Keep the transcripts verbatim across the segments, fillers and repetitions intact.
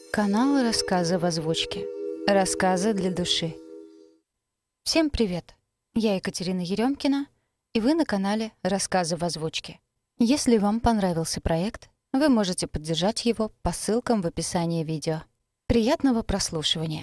Канал «Рассказы в озвучке». Рассказы для души. Всем привет! Я Екатерина Ерёмкина, и вы на канале «Рассказы в озвучке». Если вам понравился проект, вы можете поддержать его по ссылкам в описании видео. Приятного прослушивания!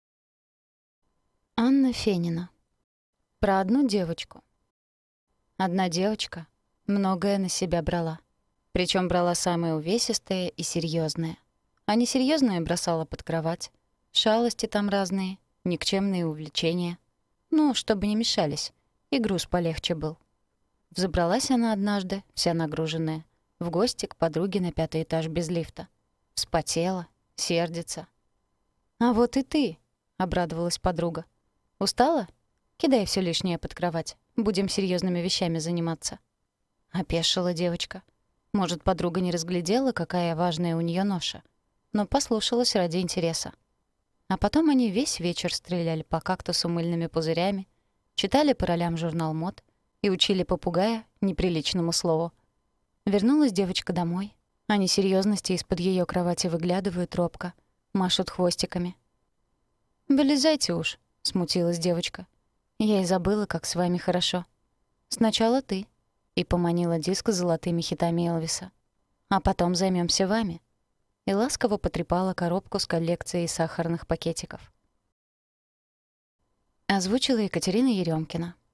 Анна Фенина. Про одну девочку. Одна девочка многое на себя брала. Причем брала самое увесистое и серьезное. А несерьёзное бросала под кровать. Шалости там разные, никчемные увлечения. Ну, чтобы не мешались, и груз полегче был. Взобралась она однажды, вся нагруженная, в гости к подруге на пятый этаж без лифта. Вспотела, сердится. «А вот и ты», — обрадовалась подруга. «Устала? Кидай всё лишнее под кровать. Будем серьёзными вещами заниматься». Опешила девочка. Может, подруга не разглядела, какая важная у неё ноша, но послушалась ради интереса. А потом они весь вечер стреляли по кактусу мыльными пузырями, читали по ролям журнал мод и учили попугая неприличному слову. Вернулась девочка домой. Они серьёзности из-под её кровати выглядывают робко, машут хвостиками. «Вылезайте уж», — смутилась девочка. «Я и забыла, как с вами хорошо. Сначала ты», — и поманила диск с золотыми хитами Элвиса. «А потом займёмся вами». И ласково потрепала коробку с коллекцией сахарных пакетиков. Озвучила Екатерина Ерёмкина.